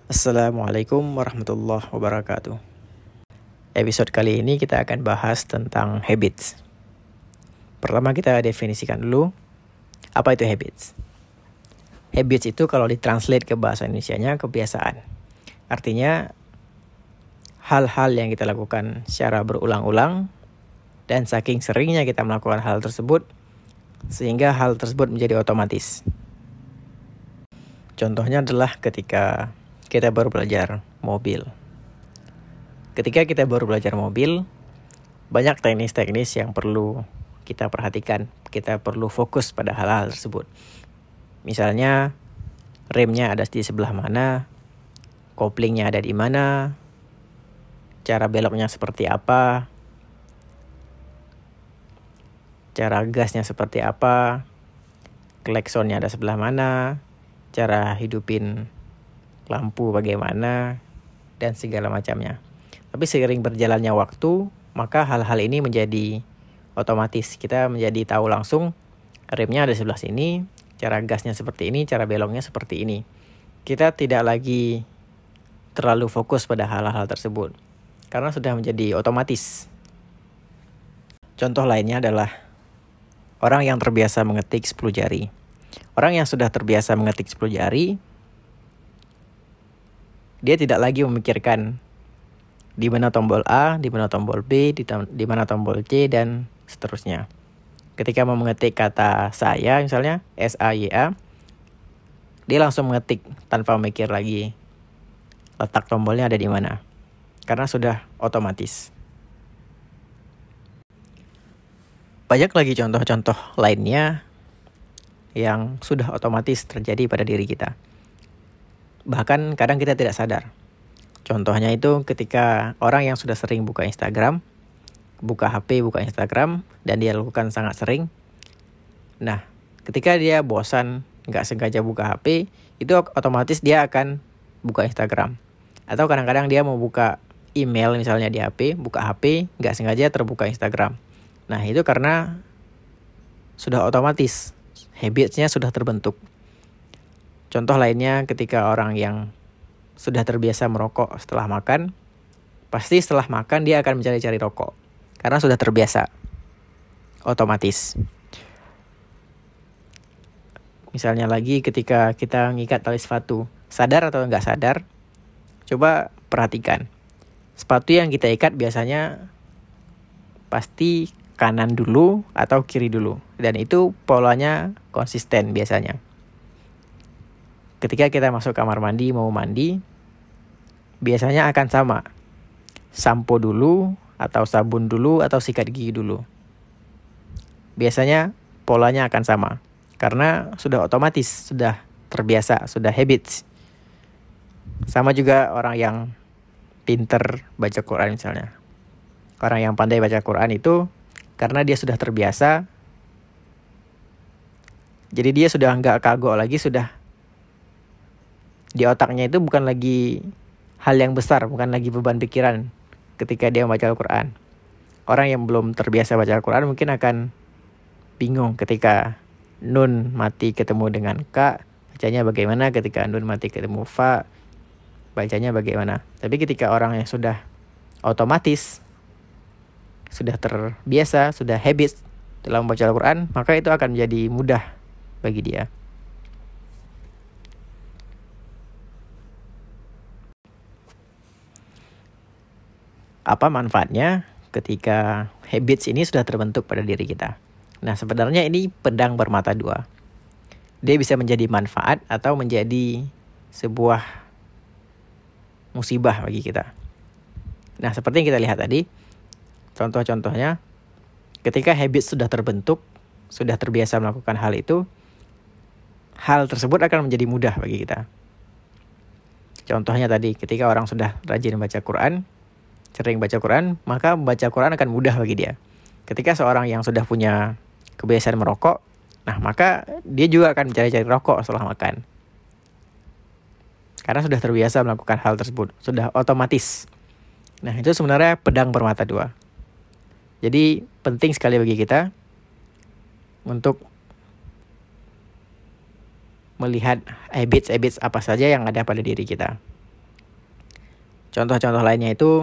Assalamualaikum warahmatullahi wabarakatuh. Episode kali ini kita akan bahas tentang habits. Pertama kita definisikan dulu, apa itu habits? Habits itu kalau ditranslate ke bahasa Indonesianya kebiasaan. Artinya hal-hal yang kita lakukan secara berulang-ulang dan saking seringnya kita melakukan hal tersebut sehingga hal tersebut menjadi otomatis. Contohnya adalah ketika kita baru belajar mobil. Ketika kita baru belajar mobil, banyak teknis-teknis yang perlu kita perhatikan. Kita perlu fokus pada hal-hal tersebut. Misalnya, remnya ada di sebelah mana, koplingnya ada di mana, cara beloknya seperti apa, cara gasnya seperti apa, klaksonnya ada sebelah mana, cara hidupin lampu bagaimana, dan segala macamnya. Tapi seiring berjalannya waktu, maka hal-hal ini menjadi otomatis. Kita menjadi tahu langsung remnya ada sebelah sini, cara gasnya seperti ini, cara beloknya seperti ini. Kita tidak lagi terlalu fokus pada hal-hal tersebut karena sudah menjadi otomatis. Contoh lainnya adalah orang yang terbiasa mengetik 10 jari. Orang yang sudah terbiasa mengetik 10 jari, dia tidak lagi memikirkan di mana tombol A, di mana tombol B, di mana tombol C, dan seterusnya. Ketika mau mengetik kata saya, misalnya S-A-Y-A, dia langsung mengetik tanpa memikir lagi letak tombolnya ada di mana. Karena sudah otomatis. Banyak lagi contoh-contoh lainnya yang sudah otomatis terjadi pada diri kita. Bahkan kadang kita tidak sadar. Contohnya itu ketika orang yang sudah sering buka Instagram, buka HP, buka Instagram, dan dia lakukan sangat sering. Nah, ketika dia bosan, nggak sengaja buka HP, itu otomatis dia akan buka Instagram. Atau kadang-kadang dia mau buka email misalnya di HP, buka HP, nggak sengaja terbuka Instagram. Nah, itu karena sudah otomatis, habits-nya sudah terbentuk. Contoh lainnya ketika orang yang sudah terbiasa merokok setelah makan, pasti setelah makan dia akan mencari-cari rokok. Karena sudah terbiasa. Otomatis. Misalnya lagi ketika kita ngikat tali sepatu. Sadar atau nggak sadar, coba perhatikan. Sepatu yang kita ikat biasanya pasti kanan dulu atau kiri dulu. Dan itu polanya konsisten biasanya. Ketika kita masuk kamar mandi, mau mandi, biasanya akan sama. Sampo dulu, atau sabun dulu, atau sikat gigi dulu. Biasanya polanya akan sama. Karena sudah otomatis, sudah terbiasa, sudah habits. Sama juga orang yang pinter baca Quran misalnya. Orang yang pandai baca Quran itu, karena dia sudah terbiasa, jadi dia sudah nggak kagok lagi, sudah di otaknya itu bukan lagi hal yang besar, bukan lagi beban pikiran ketika dia membaca Al-Quran. Orang yang belum terbiasa baca Al-Quran mungkin akan bingung ketika nun mati ketemu dengan ka, bacanya bagaimana, ketika nun mati ketemu fa, bacanya bagaimana. Tapi ketika orang yang sudah otomatis, sudah terbiasa, sudah habits dalam membaca Al-Quran, maka itu akan menjadi mudah bagi dia. Apa manfaatnya ketika habits ini sudah terbentuk pada diri kita? Nah, sebenarnya ini pedang bermata dua. Dia bisa menjadi manfaat atau menjadi sebuah musibah bagi kita. Nah, seperti yang kita lihat tadi, contoh-contohnya, ketika habits sudah terbentuk, sudah terbiasa melakukan hal itu, hal tersebut akan menjadi mudah bagi kita. Contohnya tadi, ketika orang sudah rajin baca Quran, sering baca Quran, maka membaca Quran akan mudah bagi dia. Ketika seorang yang sudah punya kebiasaan merokok, nah maka dia juga akan mencari-cari rokok setelah makan. Karena sudah terbiasa melakukan hal tersebut, sudah otomatis. Nah, itu sebenarnya pedang bermata dua. Jadi penting sekali bagi kita untuk melihat habits apa saja yang ada pada diri kita. Contoh-contoh lainnya itu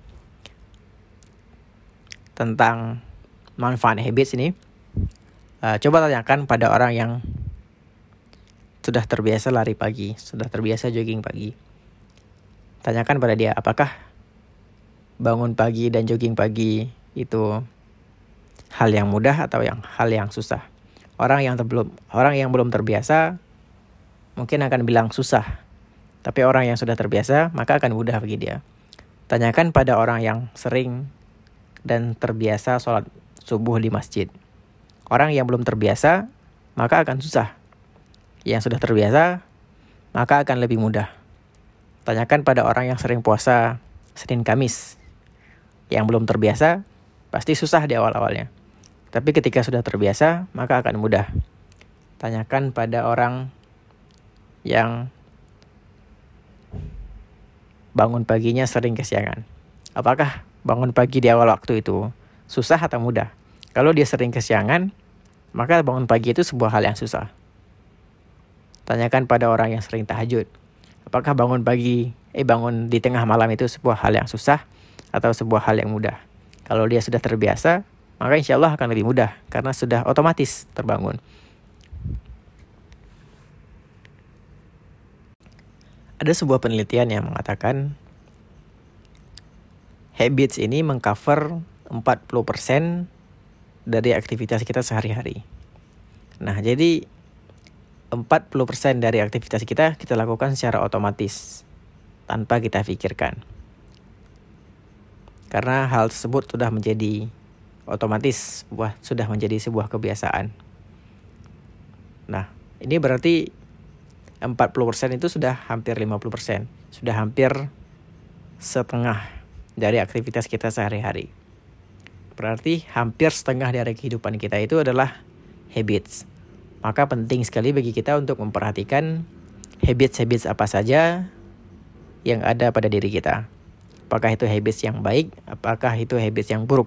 tentang manfaat habits ini. Coba tanyakan pada orang yang sudah terbiasa lari pagi, sudah terbiasa jogging pagi. Tanyakan pada dia, apakah bangun pagi dan jogging pagi itu hal yang mudah atau hal yang susah? Orang yang belum terbiasa mungkin akan bilang susah. Tapi orang yang sudah terbiasa maka akan mudah bagi dia. Tanyakan pada orang yang sering dan terbiasa sholat subuh di masjid. Orang yang belum terbiasa maka akan susah. Yang sudah terbiasa maka akan lebih mudah. Tanyakan pada orang yang sering puasa Senin Kamis. Yang belum terbiasa pasti susah di awal-awalnya. Tapi ketika sudah terbiasa maka akan mudah. Tanyakan pada orang yang bangun paginya sering kesiangan. Apakah bangun pagi di awal waktu itu susah atau mudah? Kalau dia sering kesiangan, maka bangun pagi itu sebuah hal yang susah. Tanyakan pada orang yang sering tahajud. Apakah bangun di tengah malam itu sebuah hal yang susah atau sebuah hal yang mudah? Kalau dia sudah terbiasa, maka insya Allah akan lebih mudah karena sudah otomatis terbangun. Ada sebuah penelitian yang mengatakan habits ini mengcover 40% dari aktivitas kita sehari-hari. Nah, jadi 40% dari aktivitas kita lakukan secara otomatis tanpa kita pikirkan. Karena hal tersebut sudah menjadi otomatis, sudah menjadi sebuah kebiasaan. Nah, ini berarti 40% itu sudah hampir 50%. Sudah hampir setengah dari aktivitas kita sehari-hari. Berarti hampir setengah dari kehidupan kita itu adalah habits. Maka penting sekali bagi kita untuk memperhatikan habits-habits apa saja yang ada pada diri kita. Apakah itu habits yang baik, apakah itu habits yang buruk.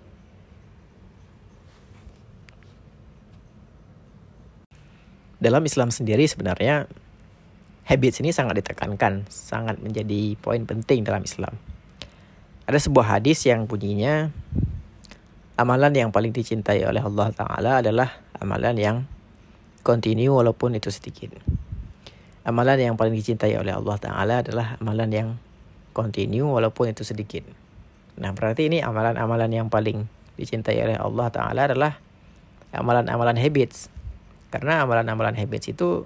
Dalam Islam sendiri sebenarnya habits ini sangat ditekankan, sangat menjadi poin penting dalam Islam. Ada sebuah hadis yang bunyinya, amalan yang paling dicintai oleh Allah Ta'ala adalah amalan yang continue walaupun itu sedikit. Amalan yang paling dicintai oleh Allah Ta'ala adalah amalan yang continue walaupun itu sedikit. Nah, berarti ini amalan-amalan yang paling dicintai oleh Allah Ta'ala adalah amalan-amalan habits. Karena amalan-amalan habits itu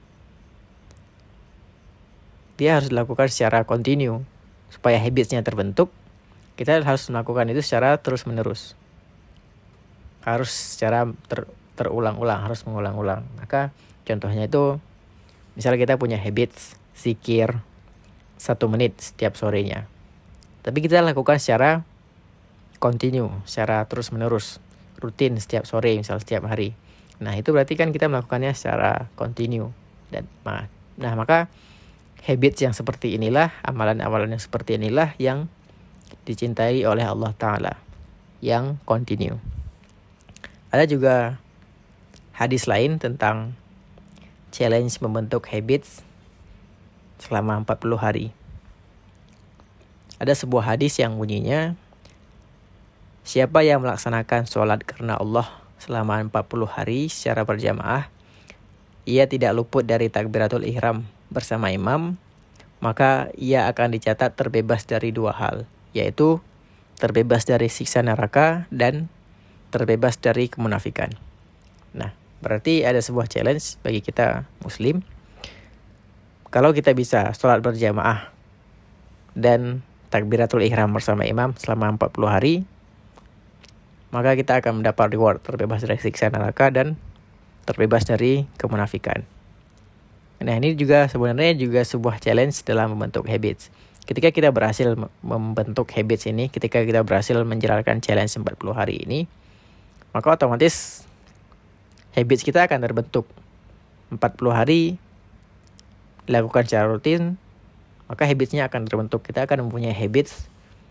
dia harus dilakukan secara continue. Supaya habitsnya terbentuk, kita harus melakukan itu secara terus-menerus. Harus secara terulang-ulang, harus mengulang-ulang. Maka contohnya itu, misalnya kita punya habits zikir 1 menit setiap sorenya. Tapi kita lakukan secara continue, secara terus-menerus, rutin setiap sore, misalnya setiap hari. Nah, itu berarti kan kita melakukannya secara continue. Nah, maka habits yang seperti inilah, amalan-amalan yang seperti inilah yang dicintai oleh Allah Ta'ala, yang continue. Ada juga hadis lain tentang challenge membentuk habits selama 40 hari. Ada sebuah hadis yang bunyinya, siapa yang melaksanakan sholat karena Allah selama 40 hari secara berjamaah, ia tidak luput dari takbiratul ihram bersama imam, maka ia akan dicatat terbebas dari 2 hal, yaitu terbebas dari siksa neraka dan terbebas dari kemunafikan. Nah, berarti ada sebuah challenge bagi kita muslim. Kalau kita bisa sholat berjamaah dan takbiratul ihram bersama imam selama 40 hari, maka kita akan mendapat reward terbebas dari siksa neraka dan terbebas dari kemunafikan. Nah, ini juga sebenarnya sebuah challenge dalam membentuk habits. Ketika kita berhasil membentuk habits ini, ketika kita berhasil menjalankan challenge 40 hari ini, maka otomatis habits kita akan terbentuk. 40 hari dilakukan secara rutin, maka habitsnya akan terbentuk. Kita akan mempunyai habits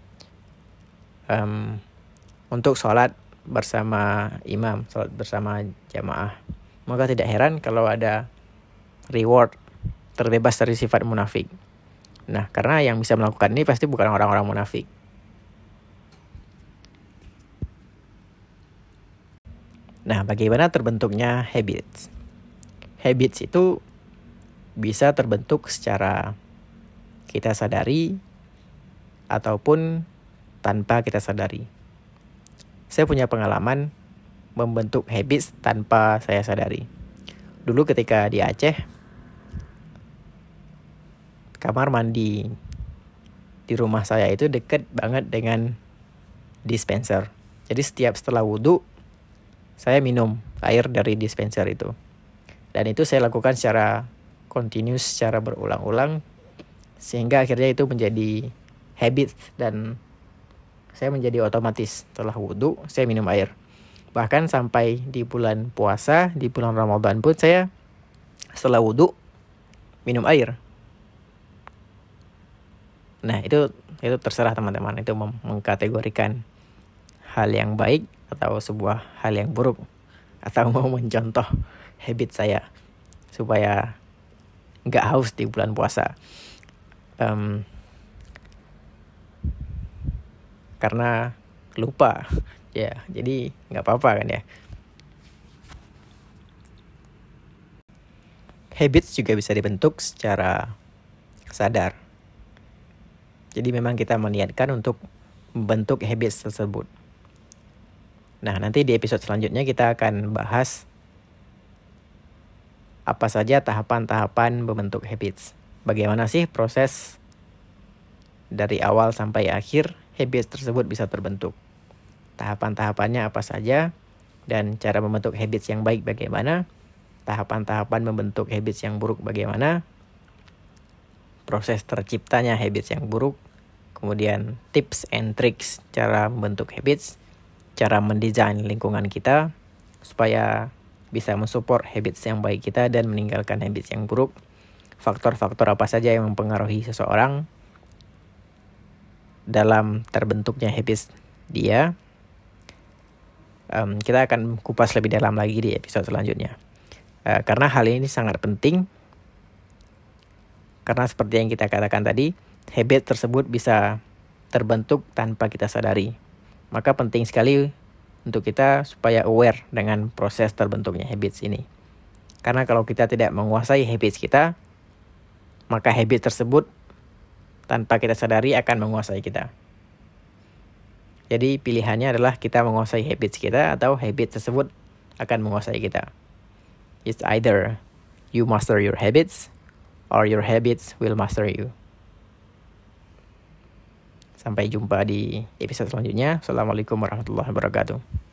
untuk sholat bersama imam, sholat bersama jamaah. Maka tidak heran kalau ada reward terbebas dari sifat munafik. Nah, karena yang bisa melakukan ini pasti bukan orang-orang munafik. Nah, bagaimana terbentuknya habits? Habits itu bisa terbentuk secara kita sadari ataupun tanpa kita sadari. Saya punya pengalaman membentuk habits tanpa saya sadari. Dulu ketika di Aceh, kamar mandi di rumah saya itu dekat banget dengan dispenser. Jadi setiap setelah wudhu, saya minum air dari dispenser itu. Dan itu saya lakukan secara continuous, secara berulang-ulang, sehingga akhirnya itu menjadi habit dan saya menjadi otomatis setelah wudhu saya minum air. Bahkan sampai di bulan puasa, di bulan Ramadan pun saya setelah wudhu minum air. Nah, itu terserah teman-teman, itu mengkategorikan hal yang baik atau sebuah hal yang buruk, atau mau mencontoh habit saya supaya nggak haus di bulan puasa. Karena lupa ya, jadi nggak apa-apa kan ya. Habits juga bisa dibentuk secara sadar. Jadi memang kita meniatkan untuk membentuk habits tersebut. Nah, nanti di episode selanjutnya kita akan bahas apa saja tahapan-tahapan membentuk habits. Bagaimana sih proses dari awal sampai akhir habits tersebut bisa terbentuk. Tahapan-tahapannya apa saja, dan cara membentuk habits yang baik bagaimana, tahapan-tahapan membentuk habits yang buruk bagaimana, proses terciptanya habits yang buruk, kemudian tips and tricks cara membentuk habits, cara mendesain lingkungan kita supaya bisa mensupport habits yang baik kita dan meninggalkan habits yang buruk, faktor-faktor apa saja yang mempengaruhi seseorang dalam terbentuknya habits dia. Kita akan kupas lebih dalam lagi di episode selanjutnya. Karena hal ini sangat penting, karena seperti yang kita katakan tadi, habit tersebut bisa terbentuk tanpa kita sadari. Maka penting sekali untuk kita supaya aware dengan proses terbentuknya habits ini. Karena kalau kita tidak menguasai habits kita, maka habit tersebut tanpa kita sadari akan menguasai kita. Jadi pilihannya adalah kita menguasai habits kita atau habit tersebut akan menguasai kita. It's either you master your habits or your habits will master you. Sampai jumpa di episode selanjutnya. Assalamualaikum warahmatullahi wabarakatuh.